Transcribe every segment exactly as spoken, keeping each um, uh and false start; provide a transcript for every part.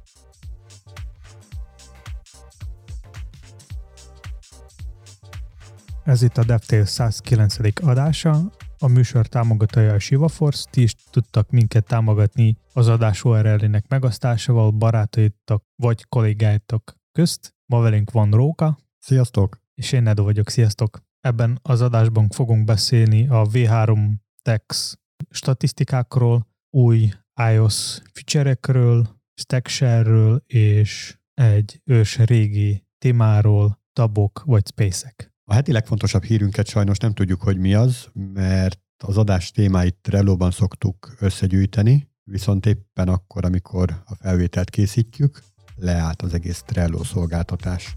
Ez itt a DevTales százkilencedik adása. A műsor támogatója a ShivaForce. Ti is tudtak minket támogatni az adás u er el-ének megosztásával barátaitok vagy kollégáitok közt. Ma velünk van Róka. Sziasztok! És én Edo vagyok. Sziasztok! Ebben az adásban fogunk beszélni a vé három Tex statisztikákról, új iOS feature-ekről, StackShare-ről és egy ős régi témáról, tabok vagy spacek. A heti legfontosabb hírünket sajnos nem tudjuk, hogy mi az, mert az adás témáit Trello-ban szoktuk összegyűjteni, viszont éppen akkor, amikor a felvételt készítjük, leállt az egész Trello szolgáltatás.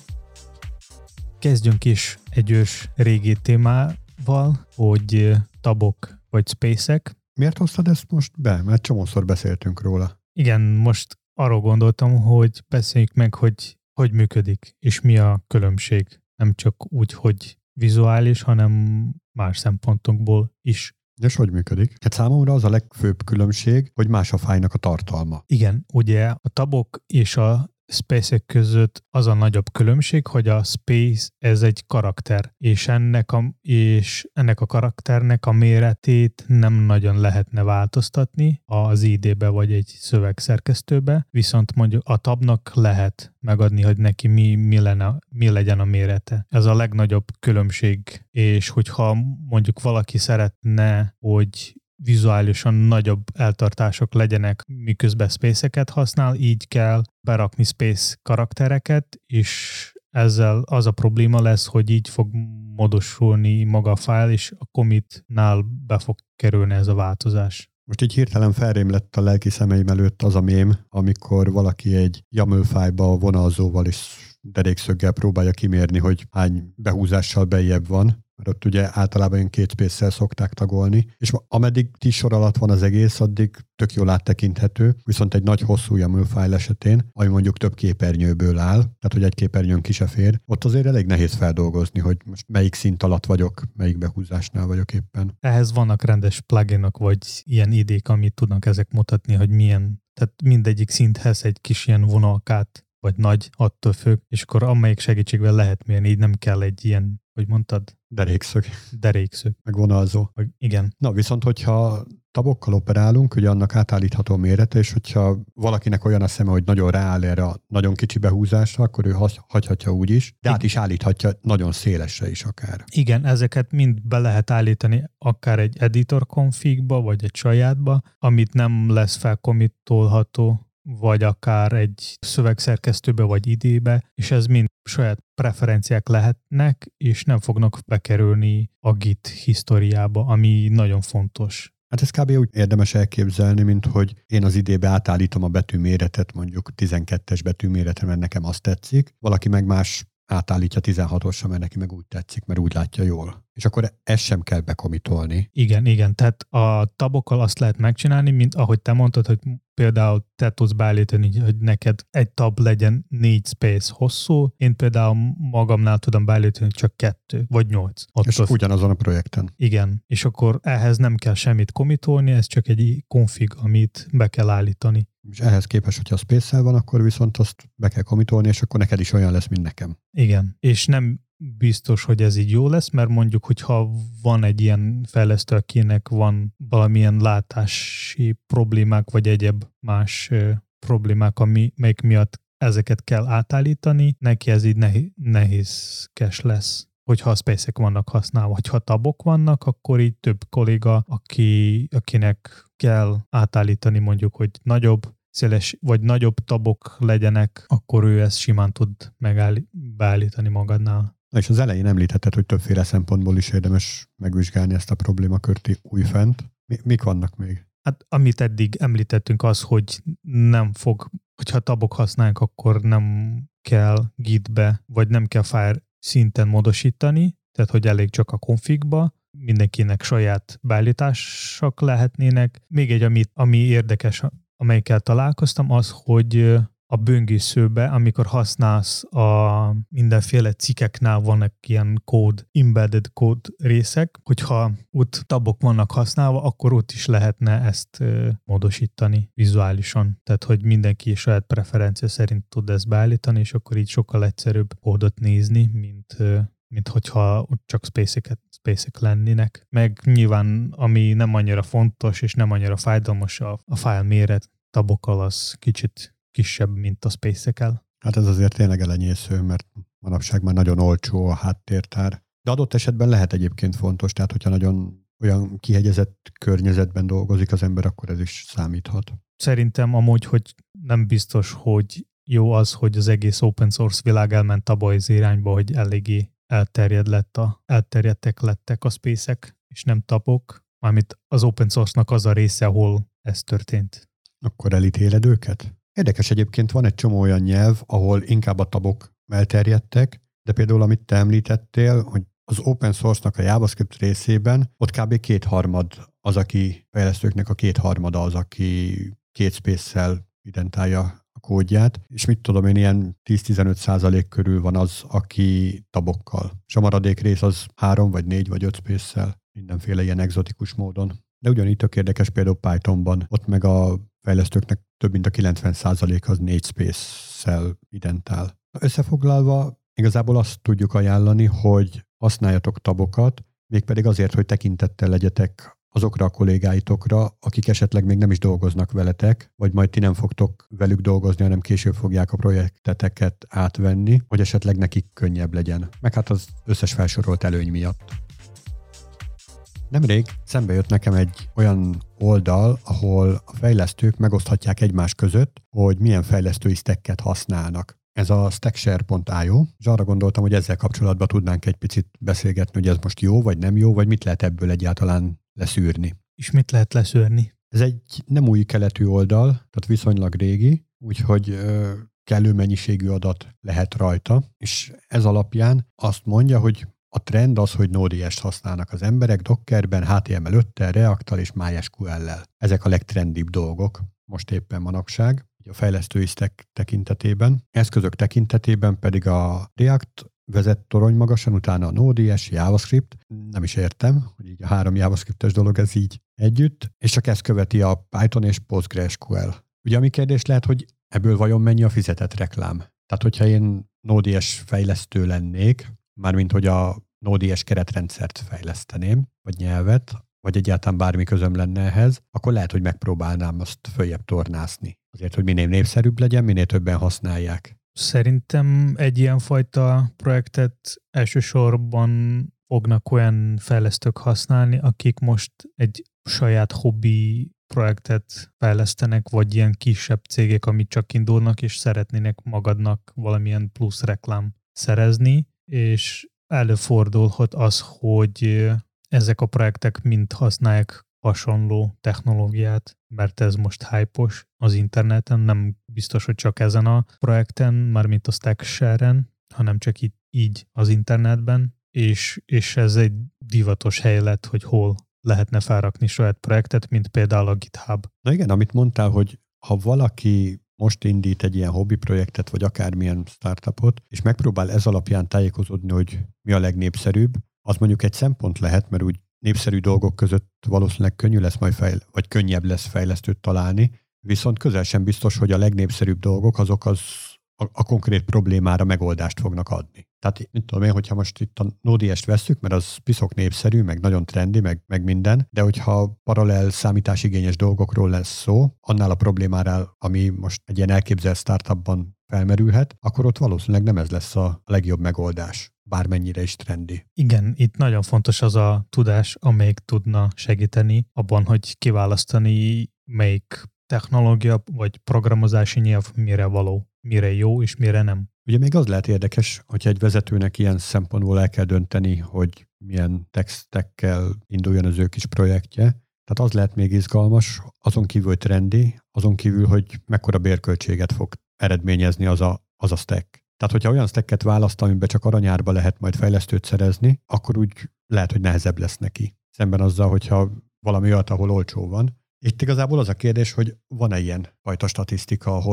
Kezdjünk is egy ős régi témával, hogy tabok vagy spacek. Miért hoztad ezt most be? Mert csomószor beszéltünk róla. Igen, most arról gondoltam, hogy beszéljük meg, hogy hogy működik, és mi a különbség. Nem csak úgy, hogy vizuális, hanem más szempontokból is. És hogy működik? Hát számomra az a legfőbb különbség, hogy más a fájlnak a tartalma. Igen, ugye a tabok és a spacek között az a nagyobb különbség, hogy a space ez egy karakter, és ennek a, és ennek a karakternek a méretét nem nagyon lehetne változtatni az í dé-be vagy egy szövegszerkesztőbe, viszont mondjuk a tabnak lehet megadni, hogy neki mi, mi, lenne, mi legyen a mérete. Ez a legnagyobb különbség, és hogyha mondjuk valaki szeretne, hogy vizuálisan nagyobb eltartások legyenek, miközben space-eket használ, így kell berakni space karaktereket, és ezzel az a probléma lesz, hogy így fog módosulni maga a fájl, és a commit-nál be fog kerülni ez a változás. Most így hirtelen felrém lett a lelki szemeim előtt az a mém, amikor valaki egy YAML fájlba vonalzóval és derékszöggel próbálja kimérni, hogy hány behúzással bejjebb van, mert ott ugye általában ilyen két space-szel szokták tagolni, és ameddig tíz sor alatt van az egész, addig tök jól áttekinthető, viszont egy nagy hosszú YAML fájl esetén, ami mondjuk több képernyőből áll, tehát hogy egy képernyőn ki se fér, ott azért elég nehéz feldolgozni, hogy most melyik szint alatt vagyok, melyik behúzásnál vagyok éppen. Ehhez vannak rendes pluginok, vagy ilyen idék, amit tudnak ezek mutatni, hogy milyen, tehát mindegyik szinthez egy kis ilyen vonalkát, vagy nagy, attól függ, és akkor amelyik segítségvel lehet mérni, így nem kell egy ilyen, hogy mondtad? Derékszög. Derékszög. Meg vonalzó. Vagy, igen. Na, viszont hogyha tabokkal operálunk, ugye annak átállítható mérete, és hogyha valakinek olyan a szeme, hogy nagyon rááll erre a nagyon kicsi behúzásra, akkor ő hagyhatja úgy is, de át is állíthatja nagyon szélesre is akár. Igen, ezeket mind be lehet állítani akár egy editor configba, vagy egy sajátba, amit nem lesz felkommittolható, vagy akár egy szövegszerkesztőbe, vagy idébe, és ez mind saját preferenciák lehetnek, és nem fognak bekerülni a Git historiába, ami nagyon fontos. Hát ez kb. Úgy érdemes elképzelni, mint hogy én az idébe átállítom a betűméretet, mondjuk tizenkettes betűméretre, mert nekem azt tetszik, valaki meg más átállítja tizenhatosra, mert neki meg úgy tetszik, mert úgy látja jól. És akkor ezt sem kell bekomitolni. Igen, igen. Tehát a tabokkal azt lehet megcsinálni, mint ahogy te mondtad, hogy például te tudsz beállítani, hogy neked egy tab legyen négy space hosszú, én például magamnál tudom beállítani, hogy csak kettő, vagy nyolc. És az... ugyanazon a projekten. Igen. És akkor ehhez nem kell semmit commitolni, ez csak egy config, amit be kell állítani. És ehhez képest, hogyha a space-szel van, akkor viszont azt be kell commitolni, és akkor neked is olyan lesz, mint nekem. Igen. És nem biztos, hogy ez így jó lesz, mert mondjuk, hogyha van egy ilyen fejlesztő, akinek van valamilyen látási problémák, vagy egyéb más ö, problémák, ami, melyik miatt ezeket kell átállítani, neki ez így nehéz, nehézkes lesz. Hogyha a space-ek vannak használva, vagy ha tabok vannak, akkor így több kolléga, aki, akinek kell átállítani mondjuk, hogy nagyobb, széles, vagy nagyobb tabok legyenek, akkor ő ezt simán tud megállí- beállítani magadnál. És az elején említetted, hogy többféle szempontból is érdemes megvizsgálni ezt a problémakört újfent. Mi, mik vannak még? Hát amit eddig említettünk az, hogy nem fog, hogyha tabok használunk, akkor nem kell gitbe, vagy nem kell file szinten módosítani, tehát hogy elég csak a configba, mindenkinek saját beállítások lehetnének. Még egy, ami, ami érdekes, amelyikkel találkoztam, az, hogy a böngészőbe, amikor használsz a mindenféle cikkeknál vannak ilyen kód, embedded kód részek, hogyha ott tabok vannak használva, akkor ott is lehetne ezt ö, módosítani vizuálisan. Tehát, hogy mindenki saját preferencia szerint tud ezt beállítani, és akkor így sokkal egyszerűbb kódot nézni, mint ö, mint hogyha ott csak space-eket, space-ek lennének. Meg nyilván, ami nem annyira fontos, és nem annyira fájdalmas a, a file méret tabokkal, az kicsit kisebb, mint a space-ekkel. Hát ez azért tényleg elenyésző, mert manapság már nagyon olcsó a háttértár. De adott esetben lehet egyébként fontos, tehát hogyha nagyon olyan kihegyezett környezetben dolgozik az ember, akkor ez is számíthat. Szerintem amúgy, hogy nem biztos, hogy jó az, hogy az egész open source világ elment abba az irányba, hogy eléggé elterjed lett a, elterjedtek lettek a space-ek, és nem tabok, mármint az open source-nak az a része, ahol ez történt. Akkor elítéled őket? Érdekes egyébként, van egy csomó olyan nyelv, ahol inkább a tabok elterjedtek, de például amit te említettél, hogy az open source-nak a JavaScript részében ott kb. kétharmad az, aki fejlesztőknek a kétharmada az, aki két space-szel identálja a kódját, és mit tudom én, ilyen tíz-tizenöt százalék körül van az, aki tabokkal. És a maradék rész az három, vagy négy, vagy öt space-szel, mindenféle ilyen egzotikus módon. De ugyanígy tök érdekes például Pythonban, ott meg a fejlesztőknek több mint a kilencven százalék az négy space-szel identál. Összefoglalva igazából azt tudjuk ajánlani, hogy használjatok tabokat, mégpedig azért, hogy tekintettel legyetek azokra a kollégáitokra, akik esetleg még nem is dolgoznak veletek, vagy majd ti nem fogtok velük dolgozni, hanem később fogják a projekteteket átvenni, hogy esetleg nekik könnyebb legyen. Meg hát az összes felsorolt előny miatt. Nemrég szembe jött nekem egy olyan oldal, ahol a fejlesztők megoszthatják egymás között, hogy milyen fejlesztői stacket használnak. Ez a stackshare pont io, és arra gondoltam, hogy ezzel kapcsolatban tudnánk egy picit beszélgetni, hogy ez most jó, vagy nem jó, vagy mit lehet ebből egyáltalán leszűrni. És mit lehet leszűrni? Ez egy nem új keletű oldal, tehát viszonylag régi, úgyhogy ö, kellő mennyiségű adat lehet rajta, és ez alapján azt mondja, hogy a trend az, hogy Node.js-t használnak az emberek Dockerben, há té em el öttel, React-tal és MySQL-lel. Ezek a legtrendibb dolgok most éppen manapság, a fejlesztői stack tekintetében. Eszközök tekintetében pedig a React vezet torony magasan, utána a Node.js, JavaScript. Nem is értem, hogy így a három JavaScriptes dolog ez így együtt, és csak ezt követi a Python és PostgreSQL. Ugye ami kérdés lehet, hogy ebből vajon mennyi a fizetett reklám? Tehát, hogyha én Node.js fejlesztő lennék, mármint hogy a Node.js keretrendszert fejleszteném, vagy nyelvet, vagy egyáltalán bármi közöm lenne ehhez, akkor lehet, hogy megpróbálnám azt följebb tornászni. Azért, hogy minél népszerűbb legyen, minél többen használják. Szerintem egy ilyenfajta projektet elsősorban fognak olyan fejlesztők használni, akik most egy saját hobbi projektet fejlesztenek, vagy ilyen kisebb cégek, amit csak indulnak, és szeretnének magadnak valamilyen plusz reklám szerezni, és előfordulhat az, hogy ezek a projektek mind használják hasonló technológiát, mert ez most hype-os az interneten, nem biztos, hogy csak ezen a projekten, mármint a Stackshare-en, hanem csak így, így az internetben, és, és ez egy divatos hely lett, hogy hol lehetne felrakni saját projektet, mint például a GitHub. Na igen, amit mondtál, hogy ha valaki most indít egy ilyen hobbi projektet, vagy akármilyen startupot, és megpróbál ez alapján tájékozódni, hogy mi a legnépszerűbb, az mondjuk egy szempont lehet, mert úgy népszerű dolgok között valószínűleg könnyű lesz majd fejl- vagy könnyebb lesz fejlesztőt találni, viszont közel sem biztos, hogy a legnépszerűbb dolgok azok az a, a konkrét problémára megoldást fognak adni. Tehát mit tudom én, hogyha most itt a Node.js-t vesszük, mert az piszok népszerű, meg nagyon trendi, meg, meg minden, de hogyha paralel számításigényes dolgokról lesz szó, annál a problémára, ami most egy ilyen elképzelt startupban felmerülhet, akkor ott valószínűleg nem ez lesz a legjobb megoldás, bármennyire is trendi. Igen, itt nagyon fontos az a tudás, amelyik tudna segíteni abban, hogy kiválasztani, melyik technológia vagy programozási nyelv mire való, mire jó és mire nem. Ugye még az lehet érdekes, hogyha egy vezetőnek ilyen szempontból el kell dönteni, hogy milyen tech-stackkel induljon az ő kis projektje. Tehát az lehet még izgalmas, azon kívül trendi, azon kívül, hogy mekkora bérköltséget fog eredményezni az a, az a stack. Tehát, hogyha olyan stacket választ, amiben csak aranyárba lehet majd fejlesztőt szerezni, akkor úgy lehet, hogy nehezebb lesz neki. Szemben azzal, hogyha valami olyat, ahol olcsó van. Itt igazából az a kérdés, hogy van-e ilyen fajta statisztika, ahol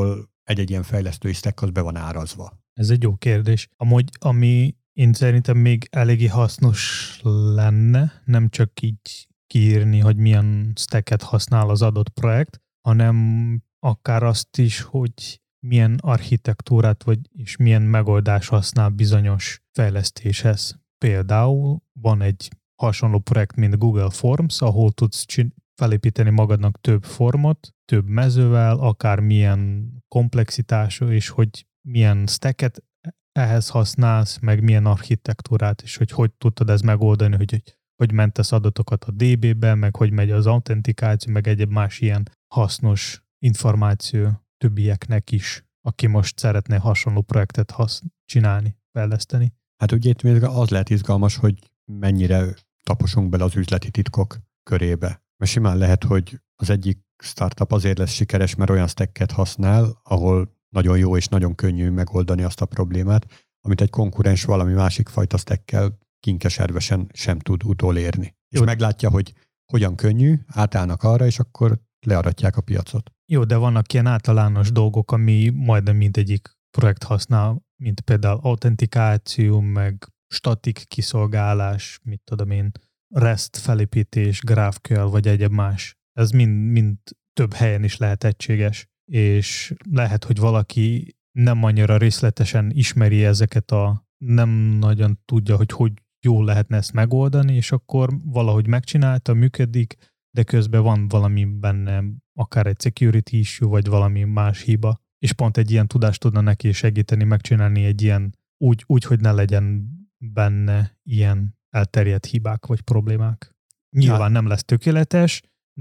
egy-egy ilyen fejlesztői stack az be van árazva. Ez egy jó kérdés. Amúgy, ami én szerintem még eléggé hasznos lenne, nem csak így kiírni, hogy milyen stacket használ az adott projekt, hanem akár azt is, hogy milyen architektúrát vagy és milyen megoldás használ bizonyos fejlesztéshez. Például van egy hasonló projekt, mint Google Forms, ahol tudsz csin- felépíteni magadnak több formot, több mezővel, akár milyen komplexitású, és hogy milyen stacket ehhez használsz, meg milyen architektúrát, és hogy hogy tudtad ezt megoldani, hogy, hogy, hogy mentesz adatokat a dé bé-be, meg hogy megy az autentikáció, meg egyéb más ilyen hasznos információ többieknek is, aki most szeretne hasonló projektet hasz- csinálni, fejleszteni. Hát ugye itt még az lehet izgalmas, hogy mennyire taposunk bele az üzleti titkok körébe. Mert simán lehet, hogy az egyik startup azért lesz sikeres, mert olyan stacket használ, ahol nagyon jó és nagyon könnyű megoldani azt a problémát, amit egy konkurens valami másik fajta stackkel kinkeservesen sem tud utolérni. És jó. Meglátja, hogy hogyan könnyű, átállnak arra, és akkor learatják a piacot. Jó, de vannak ilyen általános dolgok, ami majdnem mindegyik projekt használ, mint például autentikáció, meg statik kiszolgálás, mit tudom én, REST felépítés, GraphQL vagy egyéb más. Ez mind, mind több helyen is lehet egységes, és lehet, hogy valaki nem annyira részletesen ismeri ezeket a, nem nagyon tudja, hogy hogy jól lehetne ezt megoldani, és akkor valahogy megcsinálta, működik, de közben van valami benne, akár egy security issue, vagy valami más hiba, és pont egy ilyen tudást tudna neki segíteni megcsinálni egy ilyen úgy, úgy, hogy ne legyen benne ilyen elterjedt hibák vagy problémák. Nyilván ja. nem lesz tökéletes,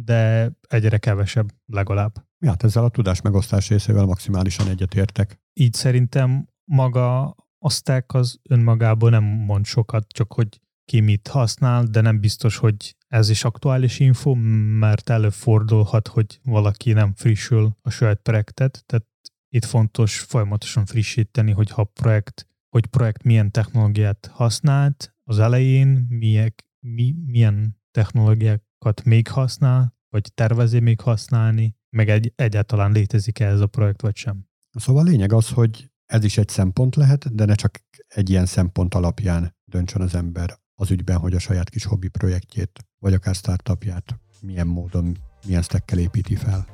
de egyre kevesebb legalább. Ja, hát ezzel a tudás megosztás részével maximálisan egyetértek. Így szerintem maga a stack az önmagából nem mond sokat, csak hogy ki mit használ, de nem biztos, hogy ez is aktuális info, mert előfordulhat, hogy valaki nem frissül a saját projektet, tehát itt fontos folyamatosan frissíteni, hogy ha projekt, hogy projekt milyen technológiát használt az elején, milyek, mi, milyen technológiákat még használ, vagy tervezi még használni, meg egy, egyáltalán létezik-e ez a projekt, vagy sem. Szóval a lényeg az, hogy ez is egy szempont lehet, de ne csak egy ilyen szempont alapján döntsön az ember az ügyben, hogy a saját kis hobbi projektjét, vagy akár startupját milyen módon, milyen stackkel építi fel.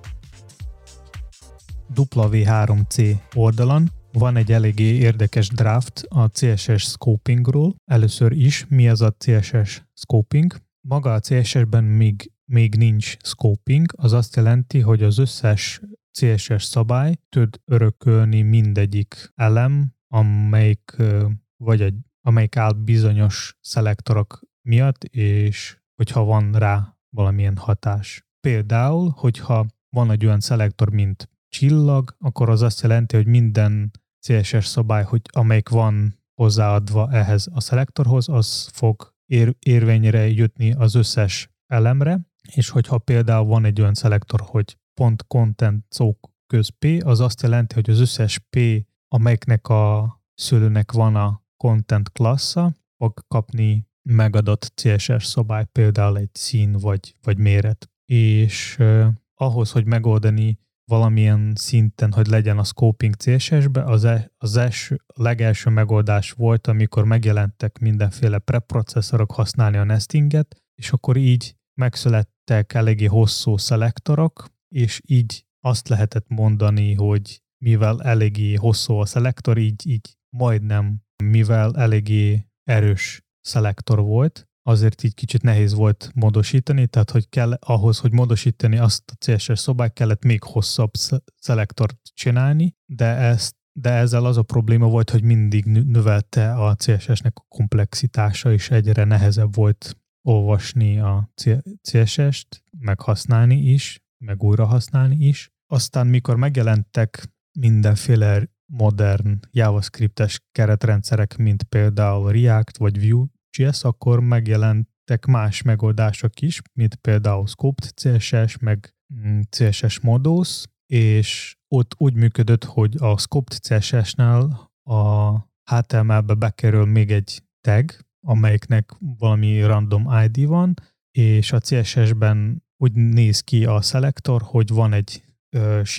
dupla vé három cé oldalon van egy eléggé érdekes draft a cé es es scopingról. Először is, mi az a cé es es scoping? Maga a cé es esben még, még nincs scoping, az azt jelenti, hogy az összes cé es es szabály tud örökölni mindegyik elem, amelyik, vagy egy, amelyik áll bizonyos szelektorok miatt, és hogyha van rá valamilyen hatás. Például, hogyha van egy olyan szelektor, mint csillag, akkor az azt jelenti, hogy minden cé es es szabály, hogy amelyik van hozzáadva ehhez a szelektorhoz, az fog ér, érvényre jutni az összes elemre, és hogyha például van egy olyan szelektor, hogy pont content szók köz P, az azt jelenti, hogy az összes P, amelyiknek a szülőnek van a content klassza, fog kapni megadott cé es es szabály, például egy szín vagy, vagy méret. És eh, ahhoz, hogy megoldani valamilyen szinten, hogy legyen a scoping cé es es-be, az, e, az első, a legelső megoldás volt, amikor megjelentek mindenféle preprocesszorok használni a nestinget, és akkor így megszülettek eléggé hosszú szelektorok, és így azt lehetett mondani, hogy mivel eléggé hosszú a szelektor, így, így majdnem, mivel eléggé erős szelektor volt, azért így kicsit nehéz volt módosítani, tehát hogy kell ahhoz, hogy módosítani azt a cé es es szobát, kellett még hosszabb szelektort csinálni, de, ezt, de ezzel az a probléma volt, hogy mindig növelte a cé es esnek a komplexitása, és egyre nehezebb volt olvasni a cé es est, meg használni is, meg újra használni is. Aztán mikor megjelentek mindenféle modern JavaScript-es keretrendszerek, mint például React vagy Vue.js, akkor megjelentek más megoldások is, mint például Scoped cé es es, meg cé es es Models, és ott úgy működött, hogy a Scoped cé es es-nál a há té em el-be bekerül még egy tag, amelyiknek valami random i dé van, és a cé es es-ben úgy néz ki a szelektor, hogy van egy ö, sima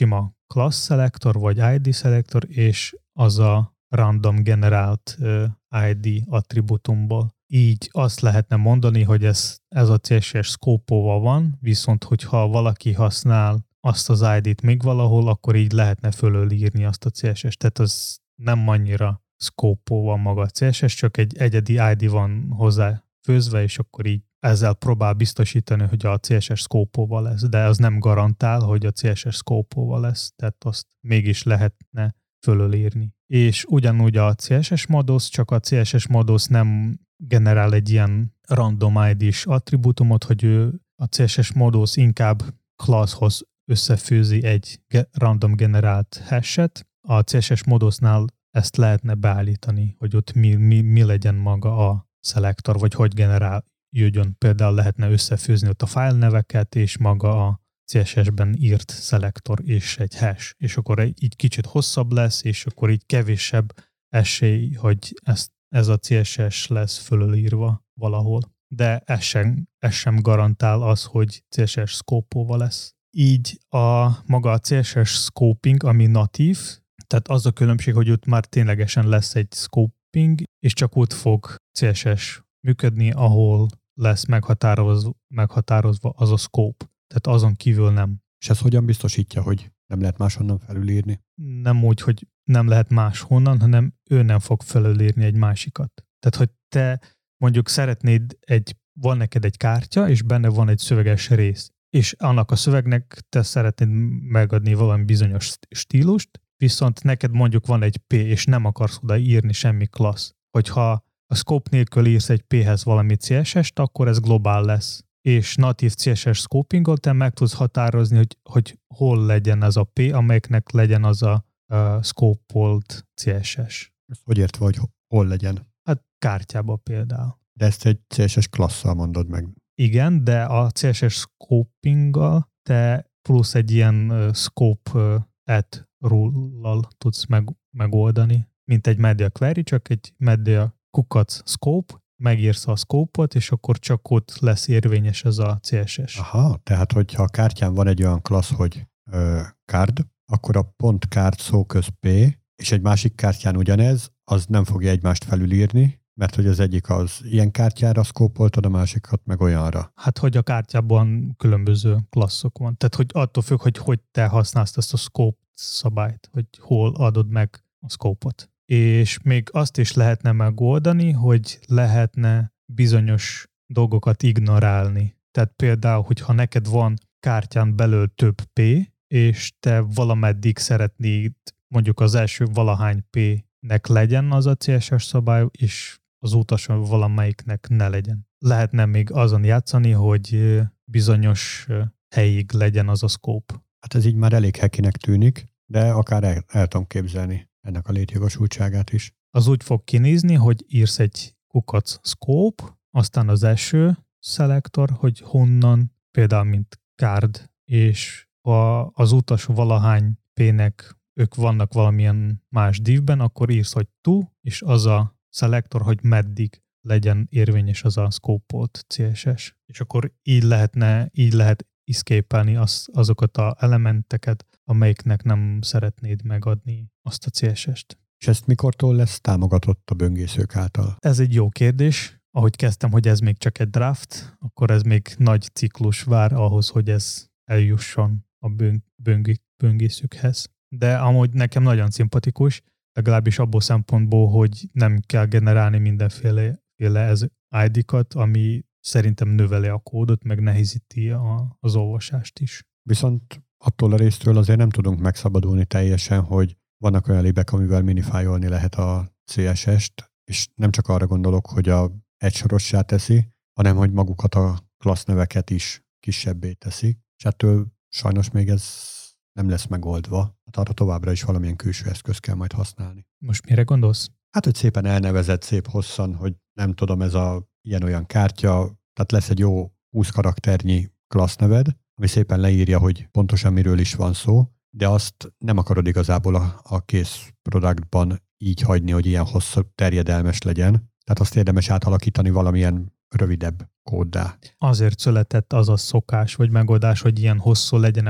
class selector, vagy i dé selector, és az a random generált i dé attribútumból. Így azt lehetne mondani, hogy ez, ez a cé es es szkópolva van, viszont hogyha valaki használ azt az i dét még valahol, akkor így lehetne fölölírni azt a cé es es. Tehát az nem annyira szkópolva maga a cé es es, csak egy egyedi i dé van hozzá főzve, és akkor így ezzel próbál biztosítani, hogy a cé es es szkópolva lesz, de az nem garantál, hogy a cé es es szkópolva lesz, tehát azt mégis lehetne fölölírni. És ugyanúgy a cé es es modus, csak a cé es es modus nem generál egy ilyen random i dés attribútumot, hogy ő a cé es es modus inkább classhoz összefűzi egy random generált hash-et. A cé es es modusnál ezt lehetne beállítani, hogy ott mi, mi, mi legyen maga a szelektor, vagy hogy generál jöjjön. Például lehetne összefűzni ott a file neveket, és maga a cé es es-ben írt szelektor és egy hash. És akkor így kicsit hosszabb lesz, és akkor így kevésebb esély, hogy ezt, ez a cé es es lesz fölülírva valahol. De ez sem, ez sem garantál az, hogy cé es es szkópolva lesz. Így a maga a cé es es scoping, ami natív, tehát az a különbség, hogy ott már ténylegesen lesz egy scoping, és csak ott fog cé es es működni, ahol lesz meghatározva, meghatározva az a scope. Tehát azon kívül nem. És ez hogyan biztosítja, hogy nem lehet máshonnan felülírni? Nem úgy, hogy nem lehet máshonnan, hanem ő nem fog felülírni egy másikat. Tehát, hogy te mondjuk szeretnéd egy, van neked egy kártya, és benne van egy szöveges rész, és annak a szövegnek te szeretnéd megadni valami bizonyos stílust, viszont neked mondjuk van egy P, és nem akarsz oda írni semmi klassz. Hogyha a scope nélkül írsz egy P-hez valami cé es es-t, akkor ez globál lesz. És natív cé es es scopingot te meg tudsz határozni, hogy, hogy hol legyen az a P, amelyeknek legyen az a uh, scope-olt cé es es. Ezt hogy értve, hogy hol legyen? Hát kártyába például. De ezt egy cé es es klasszal mondod meg. Igen, de a cé es es scopinggal te plusz egy ilyen uh, scope uh, add rule-lal tudsz meg, megoldani, mint egy media query, csak egy media kukac scope, megírsz a scope-ot, és akkor csak ott lesz érvényes ez a cé es es. Aha, tehát hogyha a kártyán van egy olyan klassz, hogy ö, card, akkor a pont card szó köz P, és egy másik kártyán ugyanez, az nem fogja egymást felülírni, mert hogy az egyik az ilyen kártyára szkópoltad, a másikat meg olyanra. Hát, hogy a kártyában különböző klasszok van. Tehát, hogy attól függ, hogy hogy te használsz ezt a scope szabályt, hogy hol adod meg a scope-ot. És még azt is lehetne megoldani, hogy lehetne bizonyos dolgokat ignorálni. Tehát például, hogyha neked van kártyán belül több P, és te valameddig szeretnéd mondjuk az első valahány P-nek legyen az a cé es es szabály, és az utolsó valamelyiknek ne legyen. Lehetne még azon játszani, hogy bizonyos helyig legyen az a scope. Hát ez így már elég hackinek tűnik, de akár el, el tudom képzelni ennek a létjogosultságát is. Az úgy fog kinézni, hogy írsz egy kukac scope, aztán az első szelektor, hogy honnan, például mint card, és ha az utolsó valahány P-nek ők vannak valamilyen más divben, akkor írsz, hogy to, és az a szelektor, hogy meddig legyen érvényes az a scope-olt cé es es. És akkor így lehetne, így lehet escape-elni az, azokat az elementeket, amelyiknek nem szeretnéd megadni azt a cé es es-t. És ezt mikortól lesz támogatott a böngészők által? Ez egy jó kérdés. Ahogy kezdtem, hogy ez még csak egy draft, akkor ez még nagy ciklus vár ahhoz, hogy ez eljusson a böng, böng, böngészőkhez. De amúgy nekem nagyon szimpatikus, legalábbis abból szempontból, hogy nem kell generálni mindenféle ez i dé-kat, ami szerintem növeli a kódot, meg nehézíti a, az olvasást is. Viszont attól a résztől azért nem tudunk megszabadulni teljesen, hogy vannak olyan libek, amivel minifájolni lehet a cé es es-t, és nem csak arra gondolok, hogy a egysorossá teszi, hanem hogy magukat a klassz neveket is kisebbé teszi, és ettől sajnos még ez nem lesz megoldva. Hát arra továbbra is valamilyen külső eszköz kell majd használni. Most mire gondolsz? Hát, hogy szépen elnevezett, szép hosszan, hogy nem tudom, ez a ilyen-olyan kártya, tehát lesz egy jó húsz karakternyi klassz neved, ami szépen leírja, hogy pontosan miről is van szó, de azt nem akarod igazából a, a kész productban így hagyni, hogy ilyen hosszú terjedelmes legyen. Tehát azt érdemes átalakítani valamilyen rövidebb kóddá. Azért született az a szokás, vagy megoldás, hogy ilyen hosszú legyenek a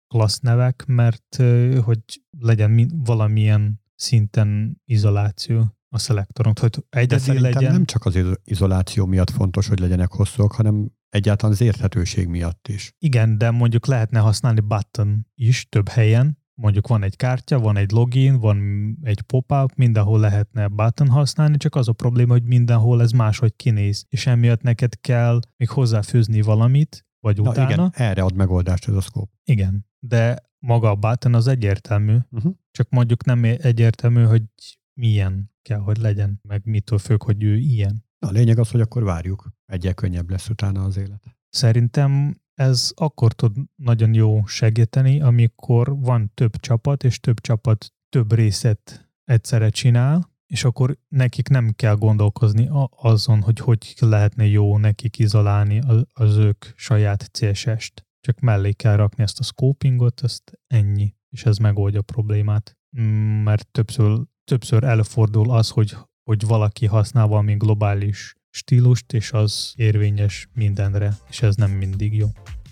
klassz nevek, mert hogy legyen valamilyen szinten izoláció a szelektoron. Hogy egyedi legyen. Nem csak az izoláció miatt fontos, hogy legyenek hosszúak, hanem egyáltalán az érthetőség miatt is. Igen, de mondjuk lehetne használni button is több helyen. Mondjuk van egy kártya, van egy login, van egy pop-up, mindenhol lehetne button használni, csak az a probléma, hogy mindenhol ez máshogy kinéz. És emiatt neked kell még hozzáfűzni valamit, vagy Na, utána. Igen, erre ad megoldást ez a scope. Igen, de maga a button az egyértelmű, uh-huh. csak mondjuk nem egyértelmű, hogy milyen kell, hogy legyen, meg mitől függ, hogy ő ilyen. Na, a lényeg az, hogy akkor várjuk. Egyel könnyebb lesz utána az élet. Szerintem ez akkor tud nagyon jó segíteni, amikor van több csapat, és több csapat több részet egyszerre csinál, és akkor nekik nem kell gondolkozni azon, hogy hogy lehetne jó nekik izolálni az ők saját cé es est. Csak mellé kell rakni ezt a scopingot, ezt ennyi, és ez megoldja a problémát. Mert többször, többször előfordul az, hogy, hogy valaki használ valami globális stílust, és az érvényes mindenre, és ez nem mindig jó.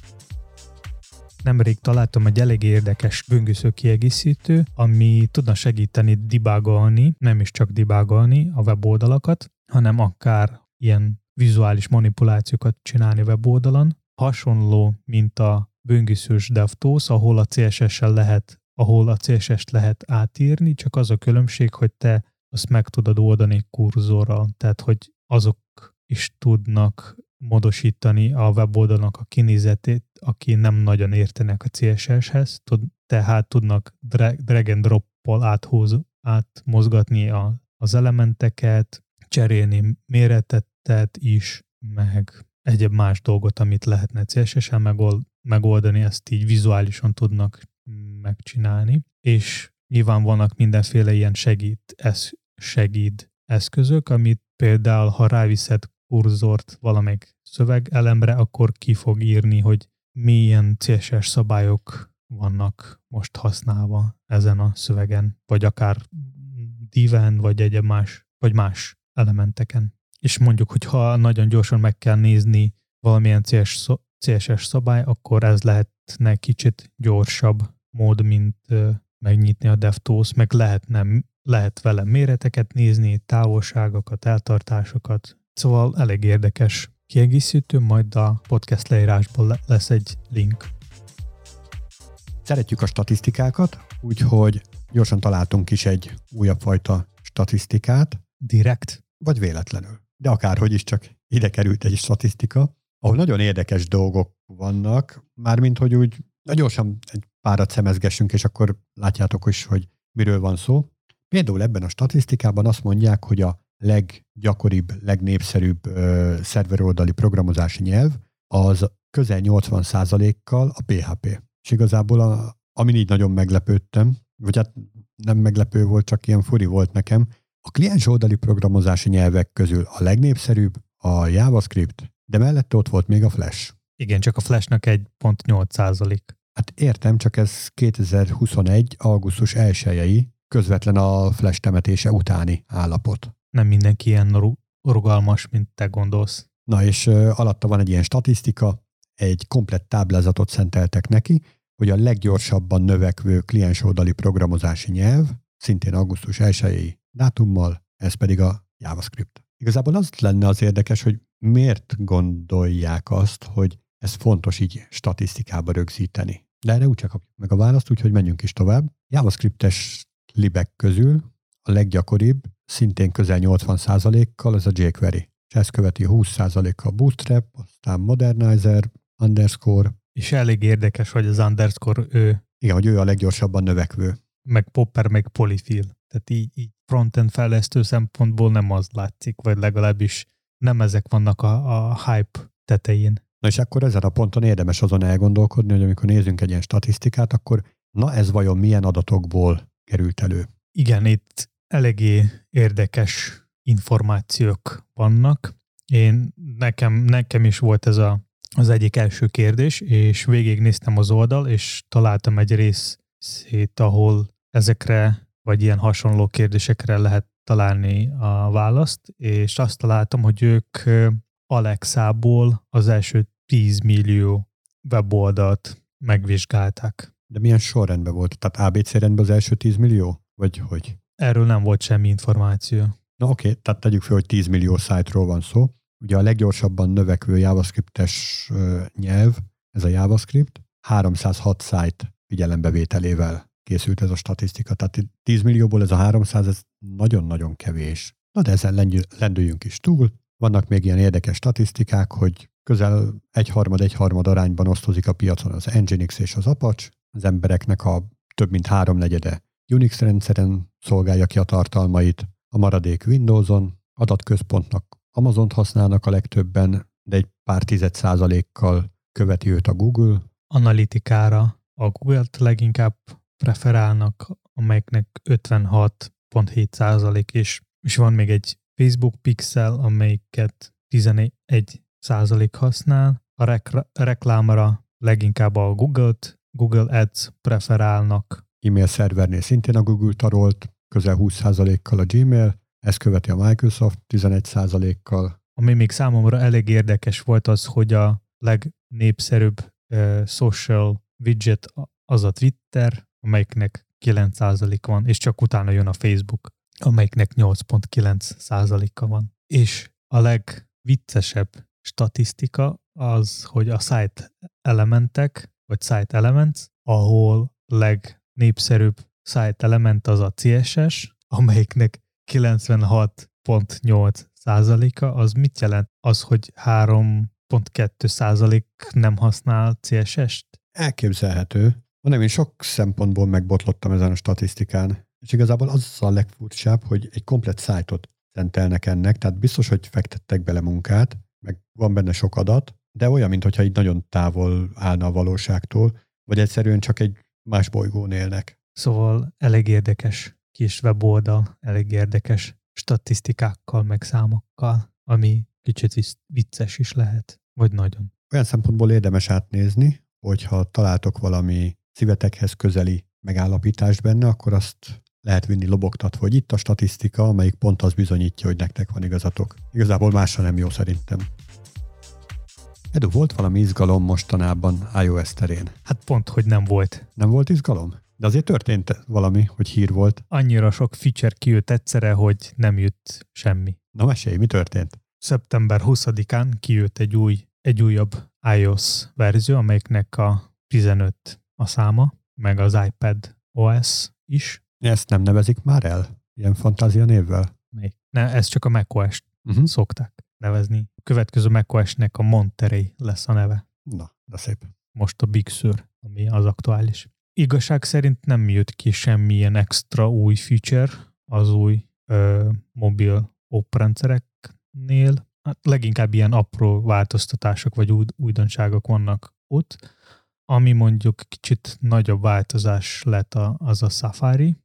Nemrég találtam egy elég érdekes böngésző kiegészítő, ami tudna segíteni debugolni, nem is csak debugolni a weboldalakat, hanem akár ilyen vizuális manipulációkat csinálni weboldalon. Hasonló, mint a böngészős DevTools, ahol a cé es es-sel lehet, ahol a cé es est lehet átírni, csak az a különbség, hogy te azt meg tudod oldani kurzorral, tehát hogy azok is tudnak módosítani a weboldalnak a kinézetét, aki nem nagyon értenek a cé es es-hez, tud, tehát tudnak drag, drag and drop-pal áthoz, átmozgatni a, az elementeket, cserélni méretet is, meg egyéb más dolgot, amit lehetne cé es es-el megold, megoldani, ezt így vizuálisan tudnak megcsinálni, és nyilván vannak mindenféle ilyen segít, ez, segít eszközök, amit például, ha ráviszed kurzort valamelyik szövegelemre, akkor ki fog írni, hogy milyen cé es es szabályok vannak most használva ezen a szövegen, vagy akár diven, vagy egyéb más, vagy más elementeken. És mondjuk, hogy ha nagyon gyorsan meg kell nézni valamilyen cé es es szabály, akkor ez lehetne kicsit gyorsabb mód, mint megnyitni a DevTools, meg lehetne, lehet vele méreteket nézni, távolságokat, eltartásokat. Szóval elég érdekes kiegészítő, majd a podcast leírásból lesz egy link. Szeretjük a statisztikákat, úgyhogy gyorsan találtunk is egy újabb fajta statisztikát. Direkt? Vagy véletlenül. De akárhogy is, csak ide került egy statisztika, ahol nagyon érdekes dolgok vannak, mármint hogy úgy gyorsan egy párat szemezgessünk, és akkor látjátok is, hogy miről van szó. Például ebben a statisztikában azt mondják, hogy a leggyakoribb, legnépszerűbb ö, szerveroldali programozási nyelv az közel nyolcvan százalékkal a pé há pé. És igazából, a, amin így nagyon meglepődtem, vagy hát nem meglepő volt, csak ilyen furi volt nekem, a kliens oldali programozási nyelvek közül a legnépszerűbb a JavaScript, de mellette ott volt még a Flash. Igen, csak a Flashnak egy egész nyolc százalék. Hát értem, csak ez kétezer-huszonegy. augusztus elsejei közvetlen a Flash temetése utáni állapot. Nem mindenki ilyen rugalmas, mint te gondolsz. Na és uh, alatta van egy ilyen statisztika, egy komplett táblázatot szenteltek neki, hogy a leggyorsabban növekvő kliens oldali programozási nyelv, szintén augusztus elsejei dátummal, ez pedig a JavaScript. Igazából az lenne az érdekes, hogy miért gondolják azt, hogy ez fontos így statisztikába rögzíteni. De erre úgyse kapjuk meg a választ, úgyhogy menjünk is tovább. JavaScriptes libek közül a leggyakoribb, szintén közel nyolcvan százalékkal az a jQuery. És ezt követi húsz százalékkal Bootstrap, aztán Modernizer, Underscore. És elég érdekes, hogy az Underscore ő. Igen, hogy ő a leggyorsabban növekvő. Meg Popper, meg Polyfill. Tehát így, így frontend fejlesztő szempontból nem az látszik, vagy legalábbis nem ezek vannak a, a hype tetején. Na és akkor ezen a ponton érdemes azon elgondolkodni, hogy amikor nézünk egy ilyen statisztikát, akkor na ez vajon milyen adatokból került elő? Igen, itt eléggé érdekes információk vannak. Én, nekem, nekem is volt ez a, az egyik első kérdés, és végignéztem az oldal, és találtam egy részét, ahol ezekre, vagy ilyen hasonló kérdésekre lehet találni a választ, és azt találtam, hogy ők Alexából az első tíz millió weboldalt megvizsgálták. De milyen sorrendben volt? Tehát á bé cé rendben az első tíz millió? Vagy hogy? Erről nem volt semmi információ. Na oké, okay, tehát tegyük fel, hogy tíz millió szájtról van szó. Ugye a leggyorsabban növekvő JavaScript-es nyelv, ez a JavaScript, háromszázhat szájt figyelembevételével készült ez a statisztika. Tehát tíz millióból ez a háromszáz, ez nagyon-nagyon kevés. Na de ezen lendüljünk is túl. Vannak még ilyen érdekes statisztikák, hogy közel egyharmad-egyharmad arányban osztozik a piacon az Nginx és az Apache. Az embereknek a több mint háromnegyede Unix rendszeren szolgálja ki a tartalmait, a maradék Windowson, adatközpontnak Amazont használnak a legtöbben, de egy pár tized százalékkal követi őt a Google. Analitikára a Google-t leginkább preferálnak, amelyiknek ötvenhat egész hét százalék is, és van még egy Facebook Pixel, amelyiket tizenegy százalék használ. A rekl- reklámra leginkább a Google-t, Google Ads preferálnak. E-mail szervernél szintén a Google tarolt, közel húsz százalékkal a Gmail, ezt követi a Microsoft tizenegy százalékkal. Ami még számomra elég érdekes volt az, hogy a legnépszerűbb uh, social widget az a Twitter, amelyiknek kilenc százalék van, és csak utána jön a Facebook, amelyiknek nyolc egész kilenc százaléka van. És a legviccesebb statisztika az, hogy a Site Elementek, vagy Site Elements, ahol legnépszerűbb Site Element az a cé es es, amelyiknek kilencvenhat egész nyolc százaléka, az mit jelent? Az, hogy három egész kettő százalék nem használ cé es est? Elképzelhető. Hanem én sok szempontból megbotlottam ezen a statisztikán. És igazából az a legfurcsább, hogy egy komplett szájtot szentelnek ennek, tehát biztos, hogy fektettek bele munkát, meg van benne sok adat, de olyan, mintha így nagyon távol állna a valóságtól, vagy egyszerűen csak egy más bolygón élnek. Szóval elég érdekes kis weboldal, elég érdekes statisztikákkal, meg számokkal, ami kicsit vicces is lehet, vagy nagyon. Olyan szempontból érdemes átnézni, hogyha találtok valami szívetekhez közeli megállapítást benne, akkor azt lehet vinni lobogtatva, hogy itt a statisztika, amelyik pont az bizonyítja, hogy nektek van igazatok. Igazából másra nem jó szerintem. Edu, volt valami izgalom mostanában iOS terén? Hát pont, hogy nem volt. Nem volt izgalom? De azért történt valami, hogy hír volt. Annyira sok feature kijött egyszerre, hogy nem jött semmi. Na mesélj, mi történt? szeptember huszadikán kijött egy új, egy újabb iOS verzió, amelyiknek a tizenöt a száma, meg az iPad o es is. Ezt nem nevezik már el? Ilyen fantázia névvel? Melyik? Ne, ez csak a macOS-t uh-huh. szokták nevezni. A következő macOS-nek a Monterey lesz a neve. Na, de szép. Most a Big Sur, ami az aktuális. Igazság szerint nem jött ki semmilyen extra új feature az új ö, mobil oprendszereknél. Hát leginkább ilyen apró változtatások vagy új, újdonságok vannak ott. Ami mondjuk kicsit nagyobb változás lett a, az a Safari,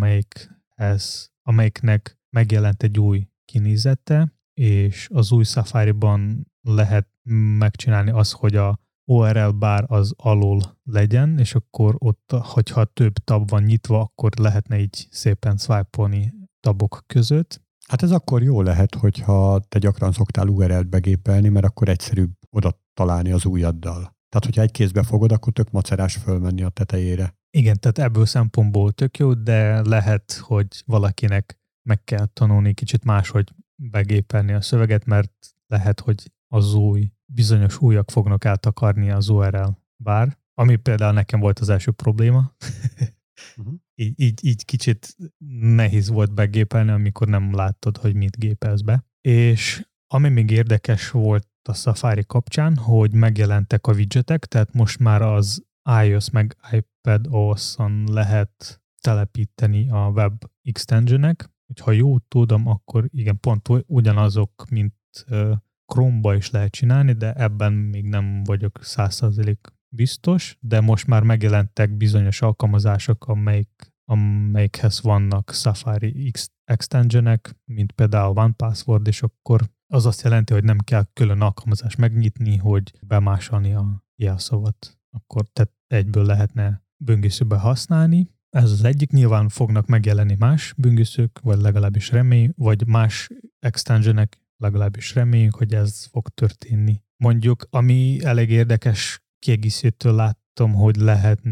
amelyikhez, amelyiknek megjelent egy új kinézete, és az új Safari-ban lehet megcsinálni azt, hogy a u er el bár az alul legyen, és akkor ott, hogyha több tab van nyitva, akkor lehetne így szépen swipe-olni tabok között. Hát ez akkor jó lehet, hogyha te gyakran szoktál u er el-t begépelni, mert akkor egyszerűbb oda találni az ujjaddal. Tehát, hogyha egy kézbe fogod, akkor tök macerás fölmenni a tetejére. Igen, tehát ebből szempontból tök jó, de lehet, hogy valakinek meg kell tanulni kicsit máshogy begépelni a szöveget, mert lehet, hogy az új, bizonyos újak fognak eltakarni az u er el bár, ami például nekem volt az első probléma. uh-huh. így, így, így kicsit nehéz volt begépelni, amikor nem láttad, hogy mit gépelsz be. És ami még érdekes volt a Safari kapcsán, hogy megjelentek a widgetek, tehát most már az iOS meg iPadOS-on lehet telepíteni a web extensionek. Ha jól tudom, akkor igen, pont ugyanazok, mint Chrome-ba is lehet csinálni, de ebben még nem vagyok száz százalék biztos, de most már megjelentek bizonyos alkalmazások, amelyik, amelyikhez vannak Safari extensionek, mint például OnePassword, és akkor az azt jelenti, hogy nem kell külön alkalmazást megnyitni, hogy bemásolni a jelszavat. Akkor tehát egyből lehetne böngészőbe használni. Ez az egyik, nyilván fognak megjelenni más böngészők, vagy legalábbis remény, vagy más extensionek, legalábbis reméljünk, hogy ez fog történni. Mondjuk, ami elég érdekes kiegészítő láttam, hogy lehetne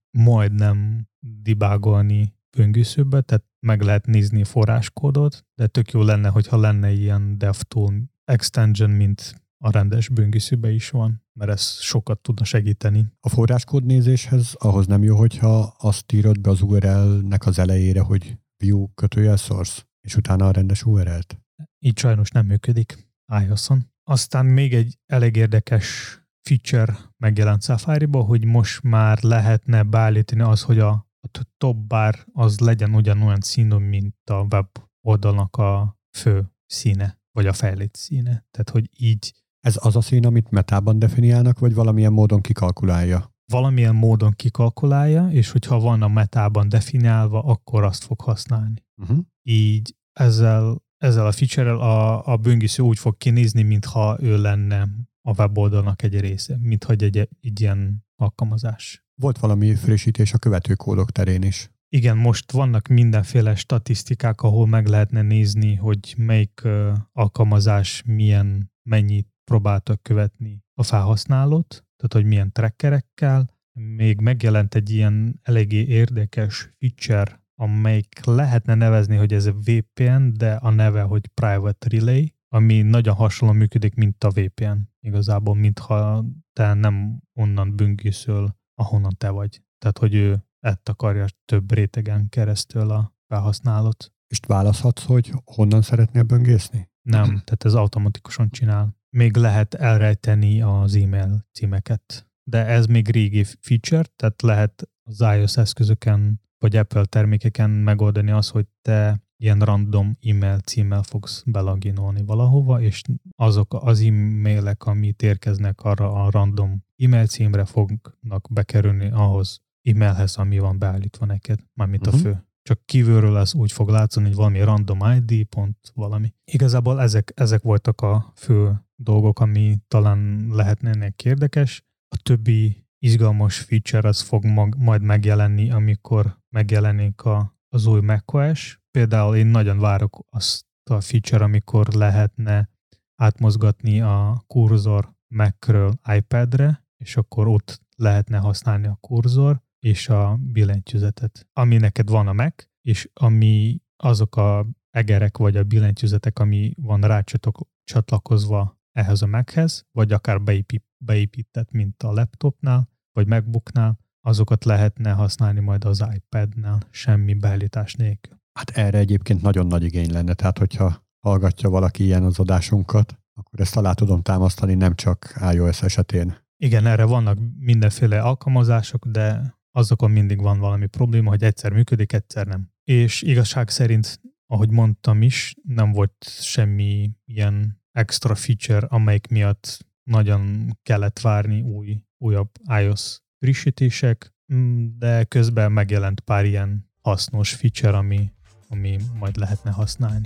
majdnem debugolni böngészőbe, tehát meg lehet nézni forráskódot, de tök jó lenne, hogyha lenne ilyen DevTool extension, mint a rendes böngészőbe is van, mert ez sokat tudna segíteni. A forráskódnézéshez ahhoz nem jó, hogyha azt írod be az u er el-nek az elejére, hogy view kötőjel source, és utána a rendes u er el-t. Így sajnos nem működik iOS-on. Aztán még egy elég érdekes feature megjelent Safari-ba, hogy most már lehetne beállítani az, hogy a, a top bar az legyen ugyanolyan színű, mint a web oldalnak a fő színe, vagy a fejlett színe. Tehát, hogy így... Ez az a szín, amit metában definiálnak, vagy valamilyen módon kikalkulálja? Valamilyen módon kikalkulálja, és hogyha van a metában definiálva, akkor azt fog használni. Uh-huh. Így ezzel, ezzel a feature-rel a, a böngésző úgy fog kinézni, mintha ő lenne a weboldalnak egy része, mintha egy, egy, egy ilyen alkalmazás. Volt valami frissítés a követőkódok terén is. Igen, most vannak mindenféle statisztikák, ahol meg lehetne nézni, hogy melyik uh, alkalmazás milyen, mennyit próbáltak követni a felhasználót, tehát hogy milyen trackerekkel. Még megjelent egy ilyen eléggé érdekes feature, amelyik lehetne nevezni, hogy ez a vé pé en, de a neve, hogy Private Relay, ami nagyon hasonlóan működik, mint a vé pé en. Igazából, mintha te nem onnan böngészöl, ahonnan te vagy. Tehát, hogy ő ezt akarja több rétegen keresztül a felhasználót. És választhatsz, hogy honnan szeretnél böngészni? Nem, tehát ez automatikusan csinál. Még lehet elrejteni az e-mail címeket. De ez még régi feature, tehát lehet az iOS eszközöken vagy Apple termékeken megoldani az, hogy te ilyen random e-mail címmel fogsz beloginolni valahova, és azok az e-mailek, amit érkeznek arra a random e-mail címre, fognak bekerülni ahhoz e-mailhez, ami van beállítva neked, mármint uh-huh. a fő. Csak kívülről ez úgy fog látszani, hogy valami random i dé pont valami. Igazából ezek, ezek voltak a fő dolgok, ami talán lehetnének érdekes. A többi izgalmas feature az fog mag, majd megjelenni, amikor megjelenik a, az új macOS. Például én nagyon várok azt a feature, amikor lehetne átmozgatni a kurzor Macről iPadre, és akkor ott lehetne használni a kurzor és a billentyűzetet. Ami neked van a Mac, és ami azok a egerek vagy a billentyűzetek, ami van rácsatlakozva ehhez a Machez, vagy akár beépít, beépített, mint a laptopnál, vagy MacBooknál, azokat lehetne használni majd az iPadnál, semmi beállítás nélkül. Hát erre egyébként nagyon nagy igény lenne, tehát hogyha hallgatja valaki ilyen az adásunkat, akkor ezt alá tudom támasztani, nem csak iOS esetén. Igen, erre vannak mindenféle alkalmazások, de azokon mindig van valami probléma, hogy egyszer működik, egyszer nem. És igazság szerint, ahogy mondtam is, nem volt semmi ilyen extra feature, amelyik miatt nagyon kellett várni új, újabb iOS frissítések, de közben megjelent pár ilyen hasznos feature, ami, ami majd lehetne használni.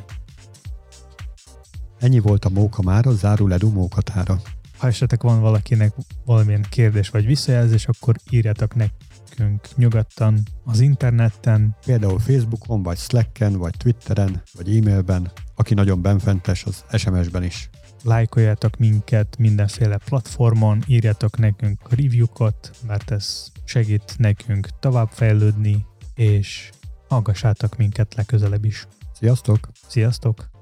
Ennyi volt a Móka mára, zárul Edu Mókatára. Ha esetleg van valakinek valamilyen kérdés vagy visszajelzés, akkor írjátok nekünk nyugodtan az interneten. Például Facebookon, vagy Slacken, vagy Twitteren, vagy e-mailben. Aki nagyon benfentes, az es em es-ben is. Lájkoljátok minket mindenféle platformon, írjátok nekünk review-kat, mert ez segít nekünk továbbfejlődni, és hallgassátok minket legközelebb is. Sziasztok! Sziasztok!